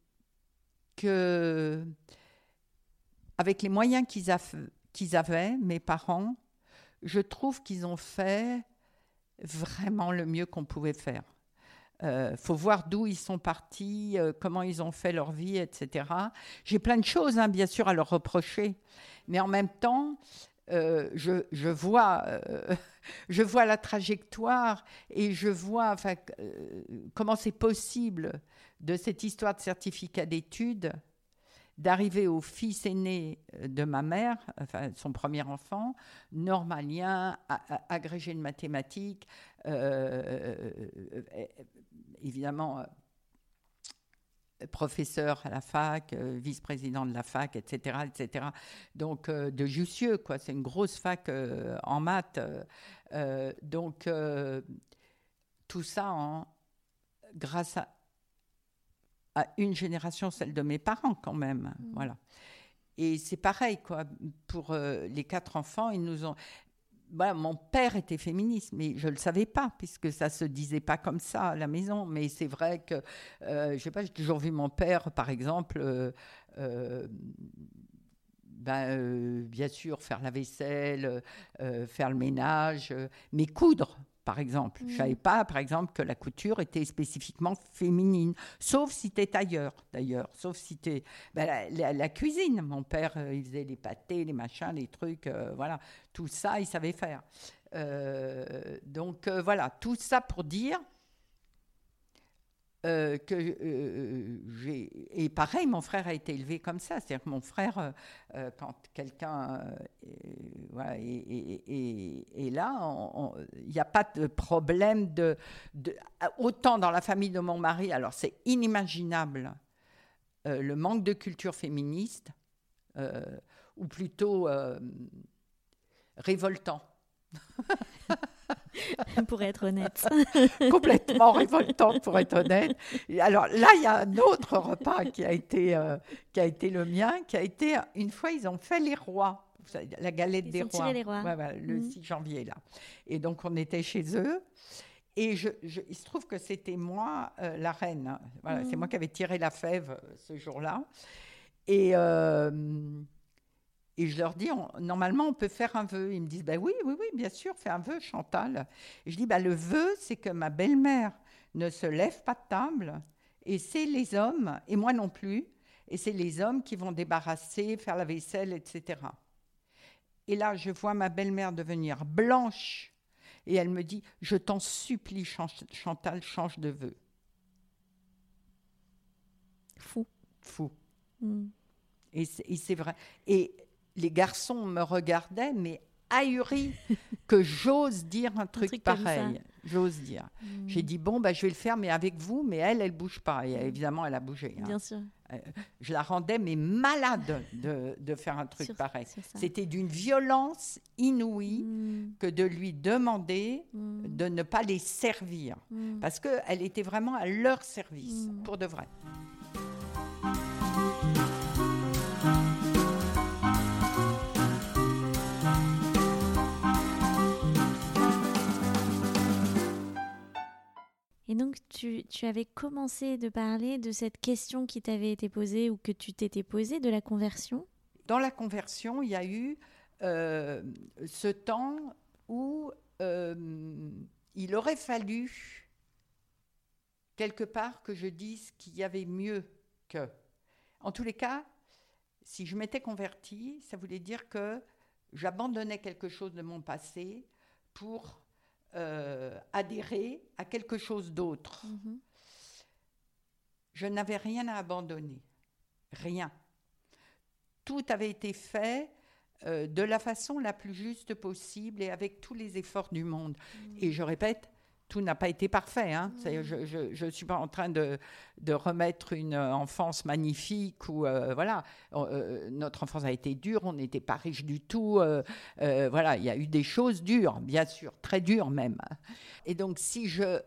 que, avec les moyens qu'ils, av- qu'ils avaient, mes parents, je trouve qu'ils ont fait vraiment le mieux qu'on pouvait faire. Il euh, faut voir d'où ils sont partis, euh, comment ils ont fait leur vie, et cetera. J'ai plein de choses, hein, bien sûr, à leur reprocher. Mais en même temps, euh, je, je, vois, euh, je vois la trajectoire et je vois enfin, euh, comment c'est possible de cette histoire de certificat d'études d'arriver au fils aîné de ma mère, enfin son premier enfant, normalien, a- a- agrégé de mathématiques, euh, euh, évidemment euh, professeur à la fac, euh, vice-président de la fac, et cetera, et cetera. Donc euh, de Jussieu, quoi. C'est une grosse fac euh, en maths. Euh, euh, donc euh, tout ça en, grâce à à une génération, celle de mes parents quand même, mmh. Voilà. Et c'est pareil, quoi, pour euh, les quatre enfants, ils nous ont... Voilà, mon père était féministe, mais je ne le savais pas, puisque ça ne se disait pas comme ça à la maison. Mais c'est vrai que, euh, je ne sais pas, j'ai toujours vu mon père, par exemple, euh, euh, ben, euh, bien sûr, faire la vaisselle, euh, faire le ménage, euh, mais coudre. Par exemple, mmh. Je ne savais pas, par exemple, que la couture était spécifiquement féminine, sauf si tu es tailleur, d'ailleurs, sauf si tu es... Ben, la, la, la cuisine, mon père, euh, il faisait les pâtés, les machins, les trucs, euh, voilà, tout ça, il savait faire. Euh, donc, euh, voilà, tout ça pour dire euh, que euh, j'ai... Et pareil, mon frère a été élevé comme ça, c'est-à-dire que mon frère, euh, quand quelqu'un euh, est, voilà, est, est, est, est là, il n'y a pas de problème de, de... Autant dans la famille de mon mari, alors c'est inimaginable, euh, le manque de culture féministe, euh, ou plutôt euh, révoltant. Pour être honnête. Complètement révoltant, pour être honnête. Et alors là, il y a un autre repas qui a été, euh, qui a été le mien, qui a été, une fois, ils ont fait les rois, la galette ils des ont rois. Tiré les rois. Ouais, ouais, le mmh. six janvier, là. Et donc, on était chez eux. Et je, je, il se trouve que c'était moi, euh, la reine. Voilà, mmh. C'est moi qui avais tiré la fève ce jour-là. Et... Euh, Et je leur dis, on, normalement, on peut faire un vœu. Ils me disent, ben oui, oui, oui, bien sûr, fais un vœu, Chantal. Et je dis, ben, le vœu, c'est que ma belle-mère ne se lève pas de table, et c'est les hommes, et moi non plus, et c'est les hommes qui vont débarrasser, faire la vaisselle, et cetera. Et là, je vois ma belle-mère devenir blanche, et elle me dit, je t'en supplie, Chantal, change de vœu. Fou. Fou. Mm. Et, c'est, et c'est vrai. Et les garçons me regardaient, mais ahuris que j'ose dire un truc, un truc pareil. J'ose dire. Mmh. J'ai dit, bon, bah, je vais le faire, mais avec vous. Mais elle, elle ne bouge pas. Et mmh. évidemment, elle a bougé. Bien hein. sûr. Euh, je la rendais, mais malade de, de faire un truc sur, pareil. sur C'était d'une violence inouïe mmh. que de lui demander mmh. de ne pas les servir. Mmh. Parce qu'elle était vraiment à leur service, mmh. pour de vrai. Et donc, tu, tu avais commencé de parler de cette question qui t'avait été posée ou que tu t'étais posée de la conversion. Dans la conversion, il y a eu euh, ce temps où euh, il aurait fallu, quelque part, que je dise qu'il y avait mieux que. En tous les cas, si je m'étais convertie, ça voulait dire que j'abandonnais quelque chose de mon passé pour... Euh, adhérer à quelque chose d'autre. Mmh. Je n'avais rien à abandonner. Rien. Tout avait été fait euh, de la façon la plus juste possible et avec tous les efforts du monde. Mmh. Et je répète, tout n'a pas été parfait. Hein. Mmh. Je ne suis pas en train de, de remettre une enfance magnifique où, euh, voilà, euh, notre enfance a été dure, on n'était pas riche du tout. Euh, euh, voilà, il y a eu des choses dures, bien sûr, très dures même. Et donc, si je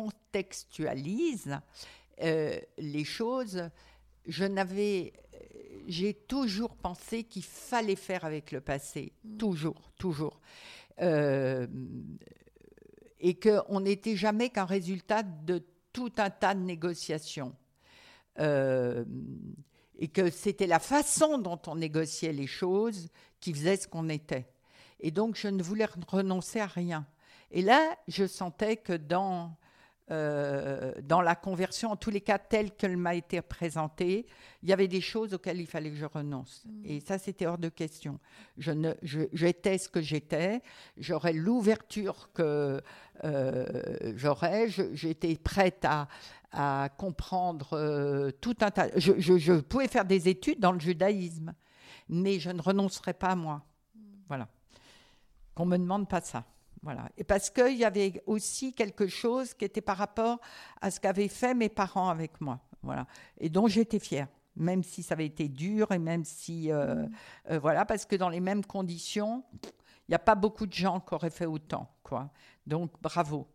recontextualise euh, les choses, je n'avais... j'ai toujours pensé qu'il fallait faire avec le passé. Mmh. Toujours, toujours. Euh, et qu'on n'était jamais qu'un résultat de tout un tas de négociations. Euh, et que c'était la façon dont on négociait les choses qui faisait ce qu'on était. Et donc, je ne voulais renoncer à rien. Et là, je sentais que dans, euh, dans la conversion, en tous les cas, telle qu'elle m'a été présentée, il y avait des choses auxquelles il fallait que je renonce. Mmh. Et ça, c'était hors de question. Je ne, je, j'étais ce que j'étais. J'aurais l'ouverture que euh, j'aurais. Je, j'étais prête à, à comprendre euh, tout un tas... Je, je, je pouvais faire des études dans le judaïsme, mais je ne renoncerais pas à moi. Mmh. Voilà. Qu'on ne me demande pas ça. Voilà. Et parce qu'il y avait aussi quelque chose qui était par rapport à ce qu'avaient fait mes parents avec moi. Voilà. Et dont j'étais fière, même si ça avait été dur et même si... Euh, mmh. euh, voilà, parce que dans les mêmes conditions, il n'y a pas beaucoup de gens qui auraient fait autant, quoi. Donc, bravo.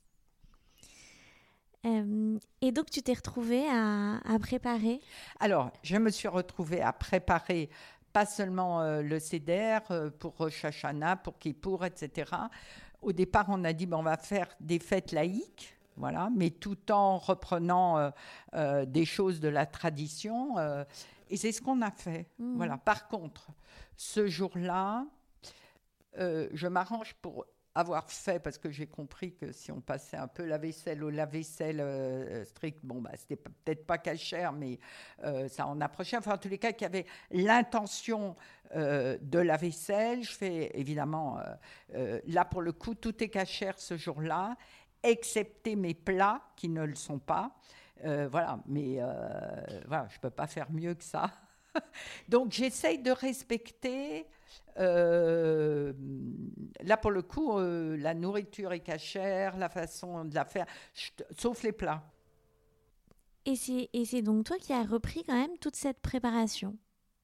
Euh, et donc, tu t'es retrouvée à, à préparer ? Alors, je me suis retrouvée à préparer pas seulement euh, le Seder euh, pour Rosh Hashanah, pour Kippour, et cetera. Au départ, on a dit ben, on va faire des fêtes laïques, voilà, mais tout en reprenant euh, euh, des choses de la tradition. Euh, et c'est ce qu'on a fait. Mmh. Voilà. Par contre, ce jour-là, euh, je m'arrange pour avoir fait, parce que j'ai compris que si on passait un peu la vaisselle au lave-vaisselle euh, strict, bon, bah, c'était peut-être pas cachère, mais euh, ça en approchait. Enfin, en tous les cas, qu'il y avait l'intention euh, de la vaisselle. Je fais évidemment, euh, euh, là pour le coup, tout est cachère ce jour-là, excepté mes plats qui ne le sont pas. Euh, voilà, mais euh, voilà, je ne peux pas faire mieux que ça. Donc, j'essaye de respecter... Euh, là, pour le coup, euh, la nourriture est cachère, la façon de la faire, sauf les plats. Et c'est, et c'est donc toi qui as repris quand même toute cette préparation ?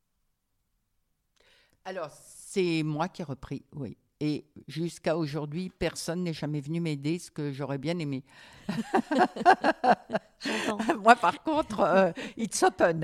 Alors, c'est moi qui ai repris, oui. Et jusqu'à aujourd'hui, personne n'est jamais venu m'aider, ce que j'aurais bien aimé. Moi, par contre, euh, it's open.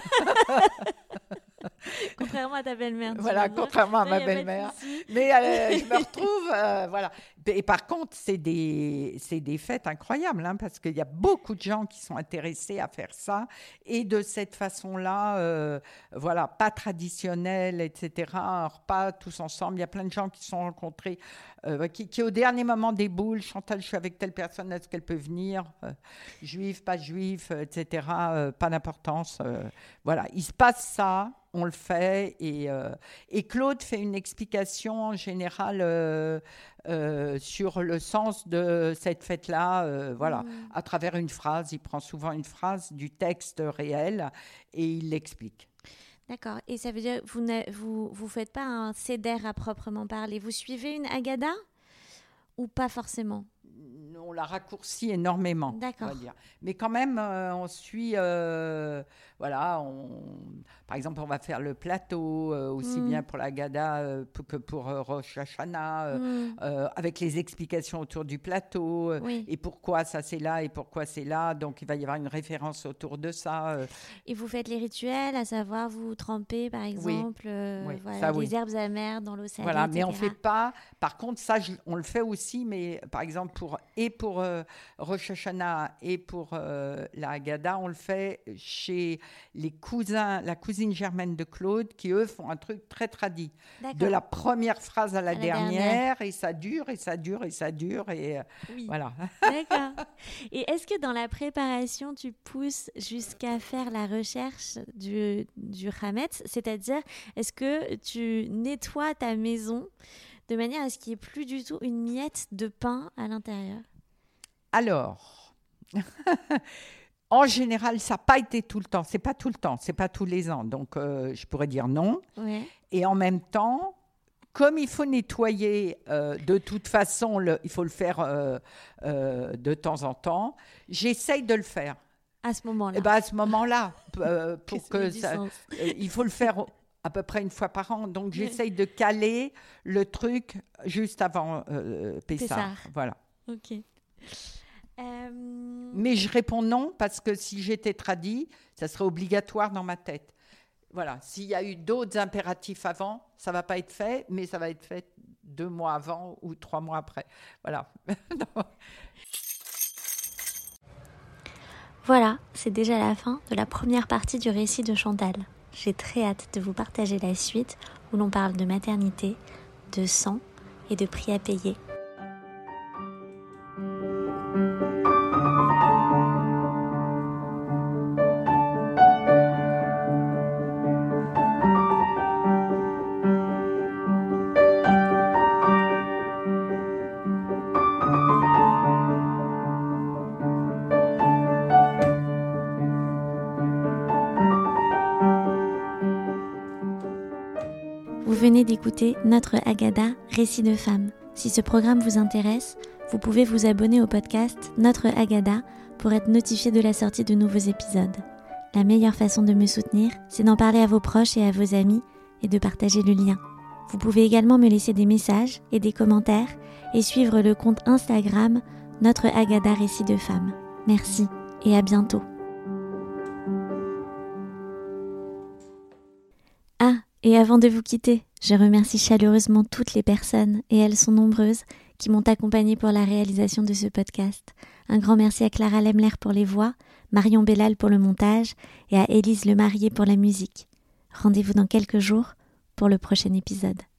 Contrairement à ta belle-mère. Voilà, contrairement à ma belle-mère. Mais euh, je me retrouve, euh, voilà. Et par contre, c'est des, c'est des fêtes incroyables, hein, parce qu'il y a beaucoup de gens qui sont intéressés à faire ça. Et de cette façon-là, euh, voilà, pas traditionnelle, et cetera. Un repas tous ensemble. Il y a plein de gens qui se sont rencontrés, euh, qui, qui au dernier moment déboulent. Chantal, je suis avec telle personne, est-ce qu'elle peut venir ? euh, Juif, pas juif, et cetera. Euh, pas d'importance. Euh, voilà, il se passe ça. On le fait et, euh, et Claude fait une explication en général euh, euh, sur le sens de cette fête-là, euh, voilà, mmh. à travers une phrase. Il prend souvent une phrase du texte réel et il l'explique. D'accord. Et ça veut dire que vous ne vous, vous faites pas un Seder à proprement parler. Vous suivez une Haggadah ou pas forcément ? On la raccourcit énormément, D'accord. on va dire. Mais quand même, euh, on suit, euh, voilà, on, par exemple, on va faire le plateau, euh, aussi mmh. bien pour la Haggadah euh, que pour euh, Rosh Hashanah, euh, mmh. euh, avec les explications autour du plateau, euh, oui. et pourquoi ça c'est là et pourquoi c'est là. Donc, il va y avoir une référence autour de ça. Euh. Et vous faites les rituels, à savoir vous trempez, par exemple, oui. Euh, oui, voilà, ça, les oui. herbes amères dans l'eau salée, voilà, mais et cetera. on ne fait pas... Par contre, ça, je, on le fait aussi, mais par exemple, pour... Et pour euh, Rosh Hashanah et pour euh, la Haggadah, on le fait chez les cousins, la cousine germaine de Claude, qui eux font un truc très tradit. D'accord. De la première phrase à la, à la dernière, dernière, et ça dure, et ça dure, et ça dure, et euh, oui. voilà. D'accord. Et est-ce que dans la préparation, tu pousses jusqu'à faire la recherche du, du Hametz, c'est-à-dire, est-ce que tu nettoies ta maison de manière à ce qu'il n'y ait plus du tout une miette de pain à l'intérieur ? Alors, en général, ça n'a pas été tout le temps. Ce n'est pas tout le temps, ce n'est pas tous les ans. Donc, euh, je pourrais dire non. Ouais. Et en même temps, comme il faut nettoyer euh, de toute façon, le, il faut le faire euh, euh, de temps en temps, j'essaye de le faire. À ce moment-là. Et ben à ce moment-là, euh, pour que, que ça, euh, il faut le faire à peu près une fois par an. Donc, j'essaye de caler le truc juste avant euh, Pessah. Pessah. Voilà. Ok. Euh... Mais je réponds non parce que si j'étais tradie, ça serait obligatoire dans ma tête. Voilà, s'il y a eu d'autres impératifs avant, ça ne va pas être fait, mais ça va être fait deux mois avant ou trois mois après. Voilà. Voilà, c'est déjà la fin de la première partie du récit de Chantal. J'ai très hâte de vous partager la suite où l'on parle de maternité, de sang et de prix à payer. Vous venez d'écouter Notre Haggadah, récit de femme. Si ce programme vous intéresse, vous pouvez vous abonner au podcast Notre Haggadah pour être notifié de la sortie de nouveaux épisodes. La meilleure façon de me soutenir, c'est d'en parler à vos proches et à vos amis et de partager le lien. Vous pouvez également me laisser des messages et des commentaires et suivre le compte Instagram Notre Haggadah, récit de femme. Merci et à bientôt. Ah, et avant de vous quitter, je remercie chaleureusement toutes les personnes, et elles sont nombreuses, qui m'ont accompagnée pour la réalisation de ce podcast. Un grand merci à Clara Lemler pour les voix, Marion Bellal pour le montage et à Élise Lemarié pour la musique. Rendez-vous dans quelques jours pour le prochain épisode.